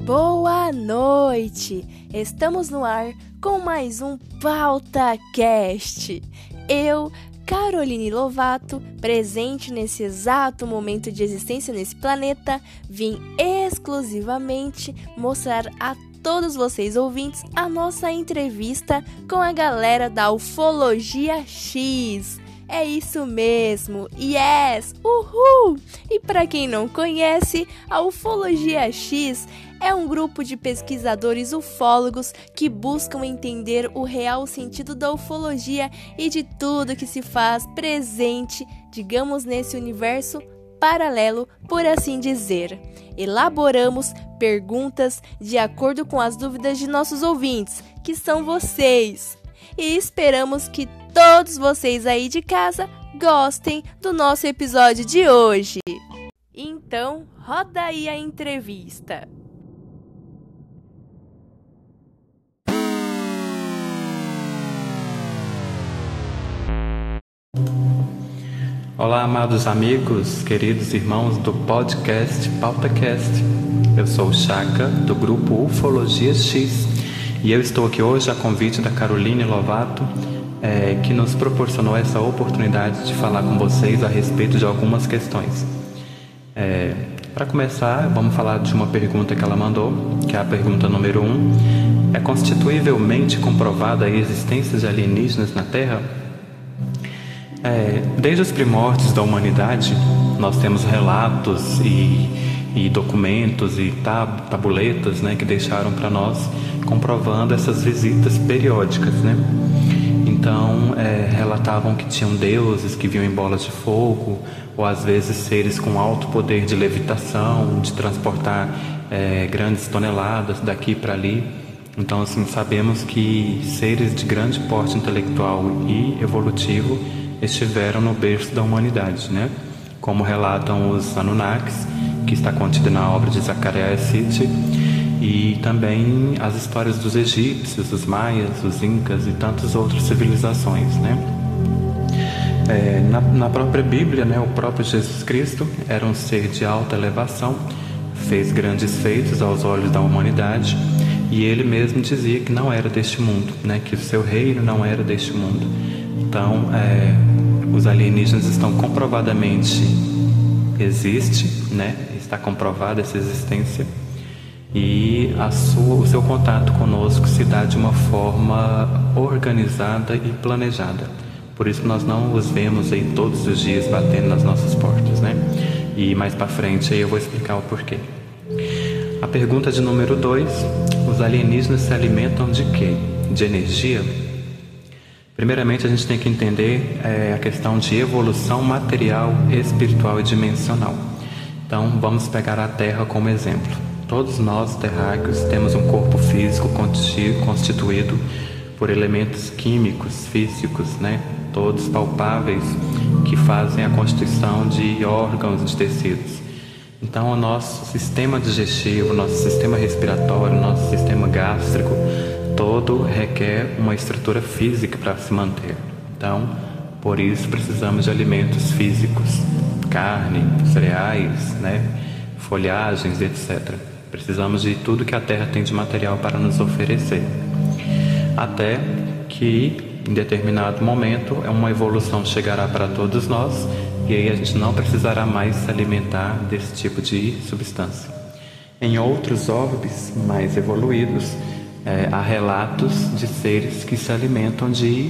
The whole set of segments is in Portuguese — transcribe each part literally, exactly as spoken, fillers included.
Boa noite! Estamos no ar com mais um PautaCast. Eu, Caroline Lovato, presente nesse exato momento de existência nesse planeta, vim exclusivamente mostrar a todos vocês ouvintes a nossa entrevista com a galera da Ufologia X. É isso mesmo, yes, uhul! E para quem não conhece, a Ufologia X é um grupo de pesquisadores ufólogos que buscam entender o real sentido da ufologia e de tudo que se faz presente, digamos, nesse universo paralelo, por assim dizer. Elaboramos perguntas de acordo com as dúvidas de nossos ouvintes, que são vocês. E esperamos que todos vocês aí de casa gostem do nosso episódio de hoje. Então, roda aí a entrevista. Olá, amados amigos, queridos irmãos do podcast PautaCast. Eu sou o Chaka, do grupo Ufologia X, e eu estou aqui hoje a convite da Caroline Lovato, é, que nos proporcionou essa oportunidade de falar com vocês a respeito de algumas questões. É, Para começar, vamos falar de uma pergunta que ela mandou, que é a pergunta número um. É constituivelmente comprovada a existência de alienígenas na Terra? É, desde os primórdios da humanidade, nós temos relatos e, e documentos e tab, tabuletas, né, que deixaram para nós comprovando essas visitas periódicas, né? Então, é, relatavam que tinham deuses que vinham em bolas de fogo, ou às vezes seres com alto poder de levitação, de transportar é, grandes toneladas daqui para ali. Então, assim, sabemos que seres de grande porte intelectual e evolutivo estiveram no berço da humanidade, né? Como relatam os Anunnakis, que está contido na obra de Zecharia Sitchin, e também as histórias dos egípcios, os maias, os incas e tantas outras civilizações, né? É, na, na própria Bíblia, né, o próprio Jesus Cristo era um ser de alta elevação, fez grandes feitos aos olhos da humanidade, e ele mesmo dizia que não era deste mundo, né, que o seu reino não era deste mundo. Então, é, os alienígenas estão comprovadamente existe, né, está comprovada essa existência, e a sua, o seu contato conosco se dá de uma forma organizada e planejada. Por isso nós não os vemos aí todos os dias batendo nas nossas portas, né? E mais para frente aí eu vou explicar o porquê. A pergunta de número dois: os alienígenas se alimentam de quê? De energia? Primeiramente a gente tem que entender é, a questão de evolução material, espiritual e dimensional. Então vamos pegar a Terra como exemplo. Todos nós terráqueos temos um corpo físico constituído por elementos químicos, físicos, né? Todos palpáveis, que fazem a constituição de órgãos, de tecidos. Então o nosso sistema digestivo, nosso sistema respiratório, nosso sistema gástrico, todo requer uma estrutura física para se manter. Então, por isso precisamos de alimentos físicos, carne, cereais, né? Folhagens, etcétera. Precisamos de tudo que a Terra tem de material para nos oferecer. Até que, em determinado momento, uma evolução chegará para todos nós, e aí a gente não precisará mais se alimentar desse tipo de substância. Em outros orbes mais evoluídos, é, há relatos de seres que se alimentam de,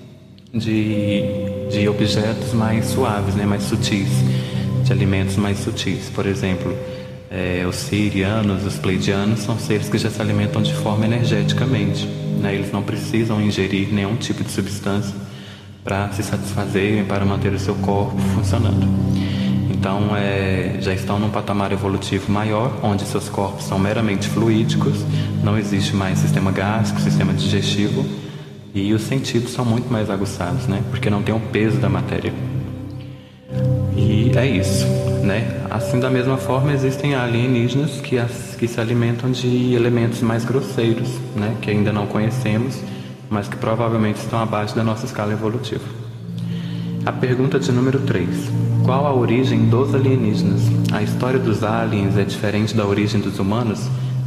de, de objetos mais suaves, né, mais sutis, de alimentos mais sutis. Por exemplo, é, os sirianos, os pleidianos são seres que já se alimentam de forma energeticamente, né? Eles não precisam ingerir nenhum tipo de substância para se satisfazerem, para manter o seu corpo funcionando. Então, é, já estão num patamar evolutivo maior, onde seus corpos são meramente fluídicos, não existe mais sistema gástrico, sistema digestivo, e os sentidos são muito mais aguçados, né? Porque não tem o peso da matéria. E é isso, né? Assim, da mesma forma, existem alienígenas que, as, que se alimentam de elementos mais grosseiros, né? Que ainda não conhecemos, mas que provavelmente estão abaixo da nossa escala evolutiva. A pergunta de número três: qual a origem dos alienígenas? A história dos aliens é diferente da origem dos humanos?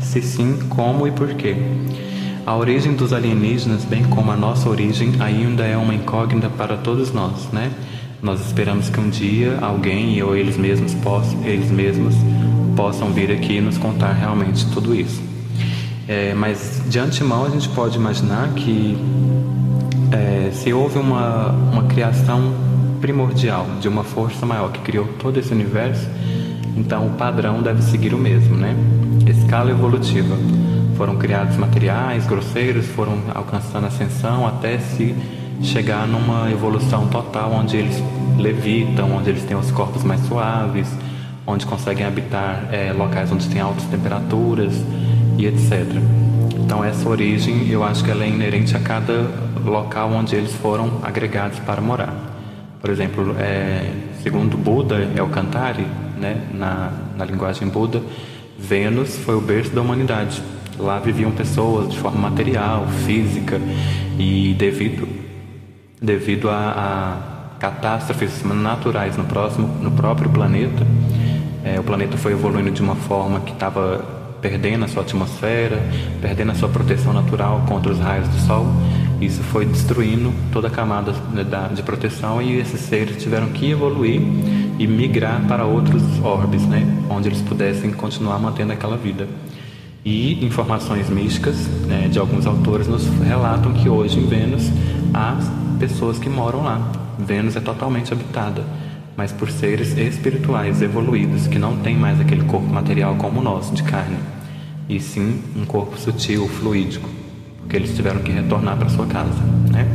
Se sim, como e por quê? A origem dos alienígenas, bem como a nossa origem, ainda é uma incógnita para todos nós, né? Nós esperamos que um dia alguém ou eles mesmos possam, eles mesmos possam vir aqui e nos contar realmente tudo isso. É, mas de antemão a gente pode imaginar que é, se houve uma, uma criação primordial de uma força maior que criou todo esse universo, então o padrão deve seguir o mesmo, né? Escala evolutiva. Foram criados materiais grosseiros, foram alcançando ascensão até se chegar numa evolução total onde eles levitam, onde eles têm os corpos mais suaves, onde conseguem habitar é, locais onde tem altas temperaturas e etcétera. Então essa origem eu acho que ela é inerente a cada local onde eles foram agregados para morar. Por exemplo, é, segundo Buda, é o Kantari, né, na, na linguagem Buda, Vênus foi o berço da humanidade. Lá viviam pessoas de forma material, física, e devido, devido a, a catástrofes naturais no, próximo, no próprio planeta, é, o planeta foi evoluindo de uma forma que estava perdendo a sua atmosfera, perdendo a sua proteção natural contra os raios do Sol. Isso foi destruindo toda a camada de proteção e esses seres tiveram que evoluir e migrar para outros orbes, né, onde eles pudessem continuar mantendo aquela vida. E informações místicas, né, de alguns autores nos relatam que hoje em Vênus há pessoas que moram lá. Vênus é totalmente habitada, mas por seres espirituais evoluídos, que não tem mais aquele corpo material como o nosso, de carne, e sim um corpo sutil, fluídico, porque eles tiveram que retornar para sua casa, né?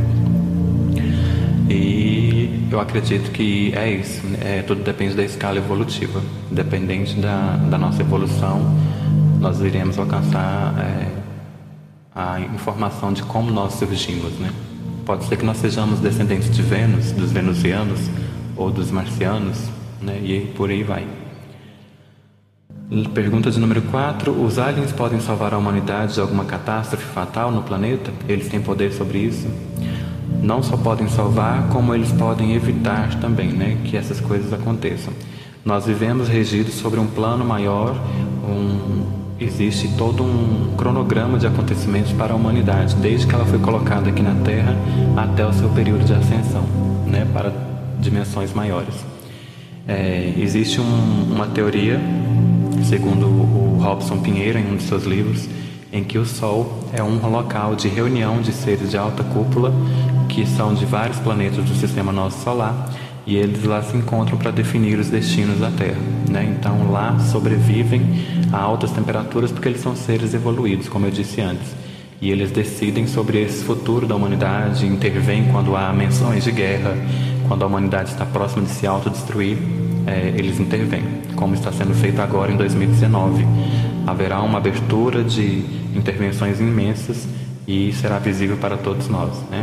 E eu acredito que é isso, é, tudo depende da escala evolutiva. Dependente da, da nossa evolução, nós iremos alcançar é, a informação de como nós surgimos, né? Pode ser que nós sejamos descendentes de Vênus, dos venusianos ou dos marcianos, né? E por aí vai. Pergunta de número quatro. Os aliens podem salvar a humanidade de alguma catástrofe fatal no planeta? Eles têm poder sobre isso? Não só podem salvar, como eles podem evitar também, né, que essas coisas aconteçam. Nós vivemos regidos sobre um plano maior, um, existe todo um cronograma de acontecimentos para a humanidade, desde que ela foi colocada aqui na Terra até o seu período de ascensão, né, para dimensões maiores. É, existe um, uma teoria, segundo o Robson Pinheiro, em um de seus livros, em que o Sol é um local de reunião de seres de alta cúpula que são de vários planetas do Sistema Nosso Solar, e eles lá se encontram para definir os destinos da Terra, né? Então lá sobrevivem a altas temperaturas porque eles são seres evoluídos, como eu disse antes, e eles decidem sobre esse futuro da humanidade, intervêm quando há menções de guerra, quando a humanidade está próxima de se autodestruir, é, eles intervêm, como está sendo feito agora em dois mil e dezenove. Haverá uma abertura de intervenções imensas e será visível para todos nós, né?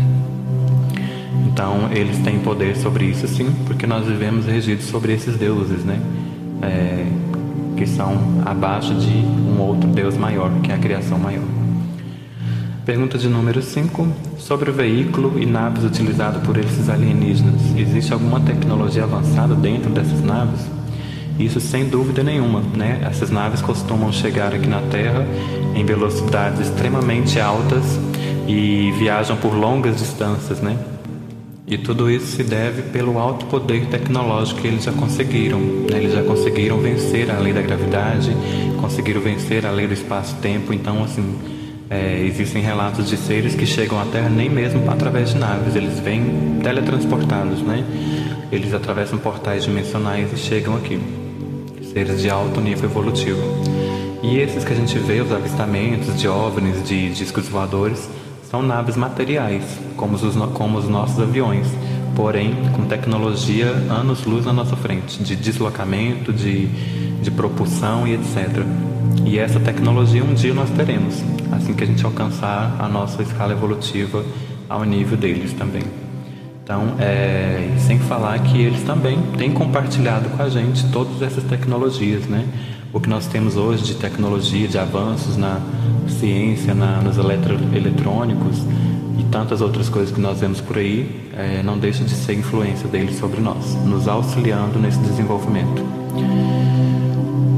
Então eles têm poder sobre isso, sim, porque nós vivemos regidos sobre esses deuses, né? É, que são abaixo de um outro Deus maior, que é a criação maior. Pergunta de número cinco. Sobre o veículo e naves utilizadas por esses alienígenas, existe alguma tecnologia avançada dentro dessas naves? Isso sem dúvida nenhuma, né? Essas naves costumam chegar aqui na Terra em velocidades extremamente altas e viajam por longas distâncias, né? E tudo isso se deve pelo alto poder tecnológico que eles já conseguiram, né? Eles já conseguiram vencer a lei da gravidade, conseguiram vencer a lei do espaço-tempo. Então, assim, é, existem relatos de seres que chegam à Terra nem mesmo através de naves, eles vêm teletransportados, né? Eles atravessam portais dimensionais e chegam aqui. Seres de alto nível evolutivo. E esses que a gente vê, os avistamentos de OVNIs, de discos voadores, são naves materiais, como os, como os nossos aviões, porém com tecnologia anos-luz na nossa frente, de deslocamento, de, de propulsão e etcétera. E essa tecnologia um dia nós teremos, assim que a gente alcançar a nossa escala evolutiva ao nível deles também. Então, é, sem falar que eles também têm compartilhado com a gente todas essas tecnologias, né? O que nós temos hoje de tecnologia, de avanços na ciência, na, nos eletroeletrônicos e tantas outras coisas que nós vemos por aí, é, não deixa de ser influência deles sobre nós, nos auxiliando nesse desenvolvimento.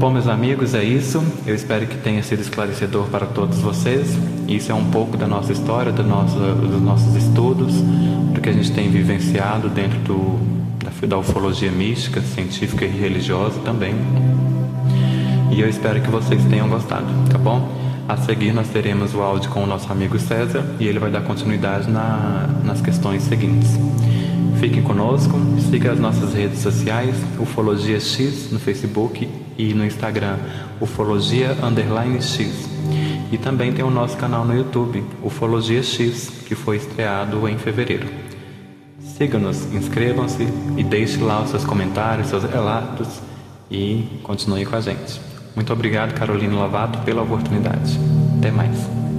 Bom, meus amigos, é isso. Eu espero que tenha sido esclarecedor para todos vocês. Isso é um pouco da nossa história, do nosso, dos nossos estudos, do que a gente tem vivenciado dentro do, da, da ufologia mística, científica e religiosa também. E eu espero que vocês tenham gostado, tá bom? A seguir nós teremos o áudio com o nosso amigo César e ele vai dar continuidade na, nas questões seguintes. Fiquem conosco, siga as nossas redes sociais, Ufologia X no Facebook e no Instagram, Ufologia underline X. E também tem o nosso canal no YouTube, Ufologia X, que foi estreado em fevereiro. Siga-nos, inscrevam-se e deixe lá os seus comentários, seus relatos e continue com a gente. Muito obrigado, Caroline Lovato, pela oportunidade. Até mais.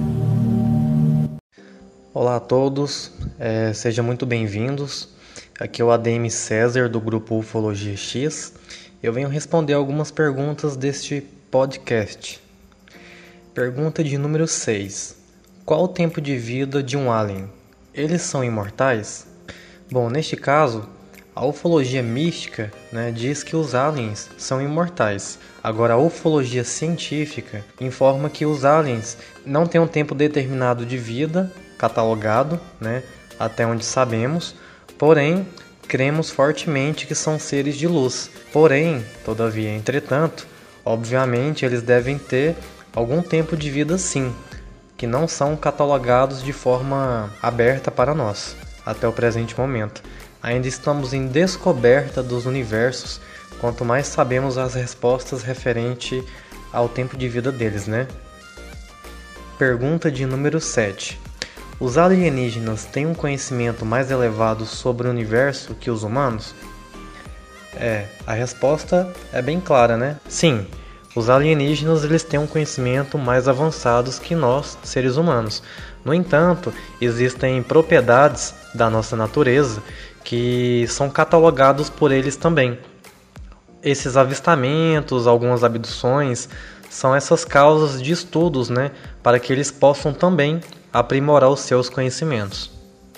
Olá a todos, é, sejam muito bem-vindos. Aqui é o A D M César, do grupo Ufologia X. Eu venho responder algumas perguntas deste podcast. Pergunta de número seis. Qual o tempo de vida de um alien? Eles são imortais? Bom, neste caso, a ufologia mística, né, diz que os aliens são imortais. Agora, a ufologia científica informa que os aliens não têm um tempo determinado de vida, catalogado, né, até onde sabemos. Porém, cremos fortemente que são seres de luz. Porém, todavia, entretanto, obviamente eles devem ter algum tempo de vida sim, que não são catalogados de forma aberta para nós, até o presente momento. Ainda estamos em descoberta dos universos, quanto mais sabemos as respostas referente ao tempo de vida deles, né? Pergunta de número sete. Os alienígenas têm um conhecimento mais elevado sobre o universo que os humanos? É, a resposta é bem clara, né? Sim, os alienígenas eles têm um conhecimento mais avançado que nós, seres humanos. No entanto, existem propriedades da nossa natureza que são catalogados por eles também. Esses avistamentos, algumas abduções, são essas causas de estudos, né, para que eles possam também aprimorar os seus conhecimentos.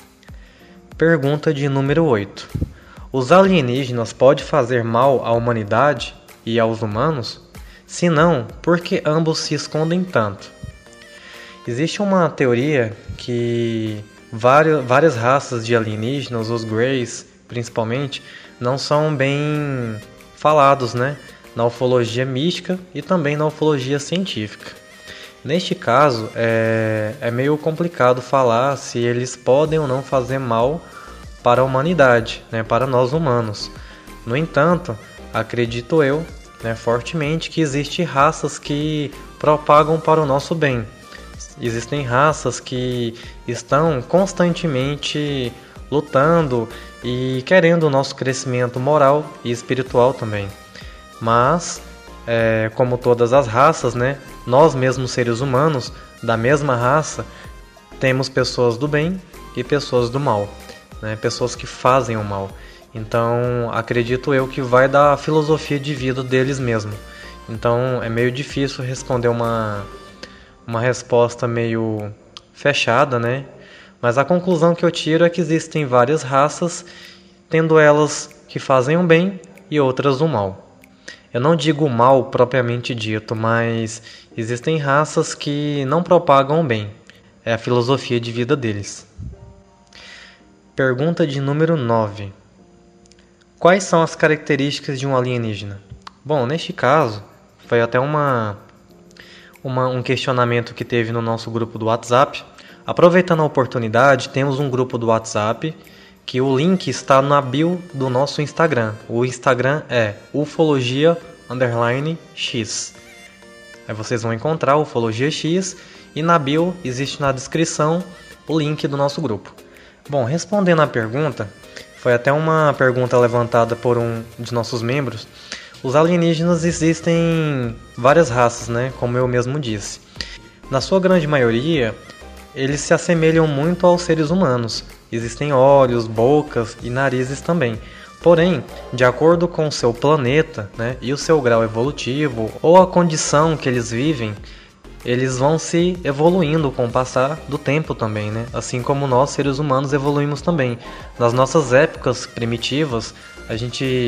Pergunta de número oito. Os alienígenas podem fazer mal à humanidade e aos humanos? Se não, por que ambos se escondem tanto? Existe uma teoria que várias, várias raças de alienígenas, os Greys principalmente, não são bem falados, né, na ufologia mística e também na ufologia científica. Neste caso, é, é meio complicado falar se eles podem ou não fazer mal para a humanidade, né, para nós humanos. No entanto, acredito eu, né, fortemente que existem raças que propagam para o nosso bem. Existem raças que estão constantemente lutando e querendo o nosso crescimento moral e espiritual também. Mas, é, como todas as raças, né, nós mesmos seres humanos, da mesma raça, temos pessoas do bem e pessoas do mal, né, pessoas que fazem o mal. Então, acredito eu que vai da filosofia de vida deles mesmos. Então, é meio difícil responder uma, uma resposta meio fechada, né? Mas a conclusão que eu tiro é que existem várias raças, tendo elas que fazem o bem e outras o mal. Eu não digo o mal propriamente dito, mas existem raças que não propagam o bem. É a filosofia de vida deles. Pergunta de número nove. Quais são as características de um alienígena? Bom, neste caso, foi até uma, uma, um questionamento que teve no nosso grupo do WhatsApp. Aproveitando a oportunidade, temos um grupo do WhatsApp que o link está na bio do nosso Instagram. O Instagram é ufologia underline x. Aí vocês vão encontrar Ufologia X e na bio existe na descrição o link do nosso grupo. Bom, respondendo à pergunta, foi até uma pergunta levantada por um de nossos membros. Os alienígenas existem várias raças, né? Como eu mesmo disse. Na sua grande maioria, eles se assemelham muito aos seres humanos. Existem olhos, bocas e narizes também. Porém, de acordo com o seu planeta, né, e o seu grau evolutivo ou a condição que eles vivem, eles vão se evoluindo com o passar do tempo também, né? Assim como nós, seres humanos, evoluímos também. Nas nossas épocas primitivas, a gente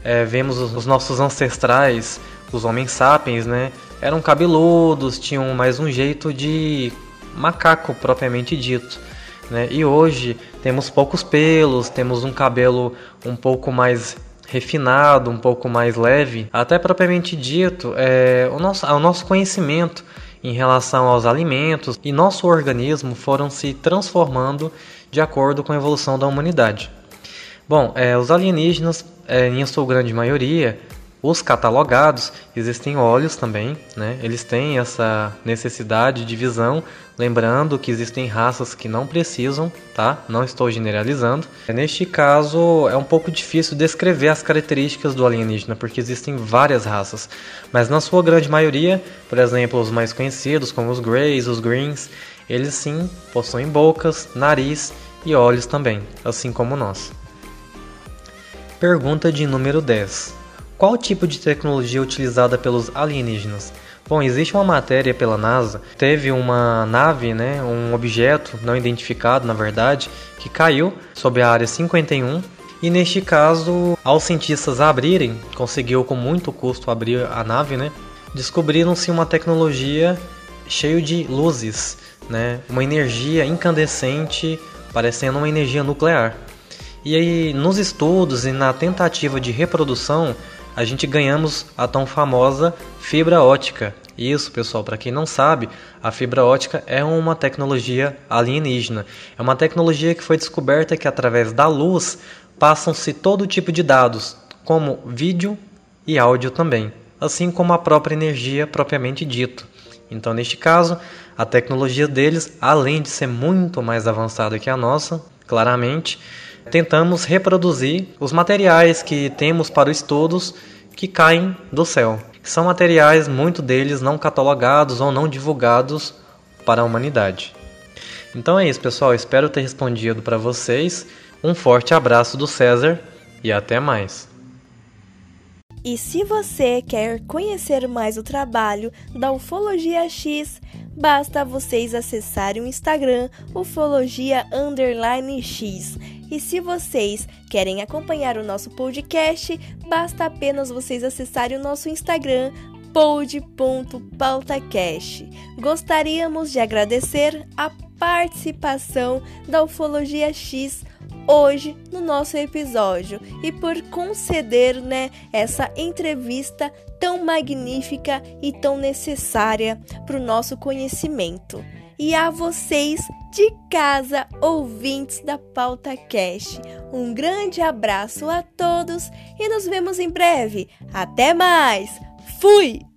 é, vemos os, os nossos ancestrais, os homens sapiens, né, eram cabeludos, tinham mais um jeito de macaco propriamente dito, né? E hoje temos poucos pelos, temos um cabelo um pouco mais refinado, um pouco mais leve. Até propriamente dito, é, o, nosso, o nosso conhecimento em relação aos alimentos e nosso organismo foram se transformando de acordo com a evolução da humanidade. Bom, é, os alienígenas, é, em sua grande maioria, os catalogados, existem olhos também, né? Eles têm essa necessidade de visão, lembrando que existem raças que não precisam, tá? Não estou generalizando. Neste caso, é um pouco difícil descrever as características do alienígena, porque existem várias raças, mas na sua grande maioria, por exemplo, os mais conhecidos, como os Greys, os Greens, eles sim possuem bocas, nariz e olhos também, assim como nós. Pergunta de número dez. Qual tipo de tecnologia é utilizada pelos alienígenas? Bom, existe uma matéria pela NASA, teve uma nave, né, um objeto não identificado, na verdade, que caiu sobre a área cinquenta e um, e neste caso, ao cientistas abrirem, conseguiu com muito custo abrir a nave, né, descobriram-se uma tecnologia cheia de luzes, né, uma energia incandescente, parecendo uma energia nuclear. E aí, nos estudos e na tentativa de reprodução, a gente ganhamos a tão famosa fibra ótica. Isso, pessoal, para quem não sabe, a fibra ótica é uma tecnologia alienígena. É uma tecnologia que foi descoberta que através da luz passam-se todo tipo de dados, como vídeo e áudio também, assim como a própria energia propriamente dito. Então, neste caso, a tecnologia deles, além de ser muito mais avançada que a nossa, claramente, tentamos reproduzir os materiais que temos para os estudos que caem do céu. São materiais, muito deles não catalogados ou não divulgados para a humanidade. Então é isso, pessoal. Espero ter respondido para vocês. Um forte abraço do César e até mais. E se você quer conhecer mais o trabalho da Ufologia X, basta vocês acessarem o Instagram ufologia underline x. E se vocês querem acompanhar o nosso podcast, basta apenas vocês acessarem o nosso Instagram pod ponto pautacast. Gostaríamos de agradecer a participação da Ufologia X hoje no nosso episódio e por conceder, né, essa entrevista tão magnífica e tão necessária para o nosso conhecimento. E a vocês de casa, ouvintes da PautaCast, um grande abraço a todos e nos vemos em breve. Até mais! Fui!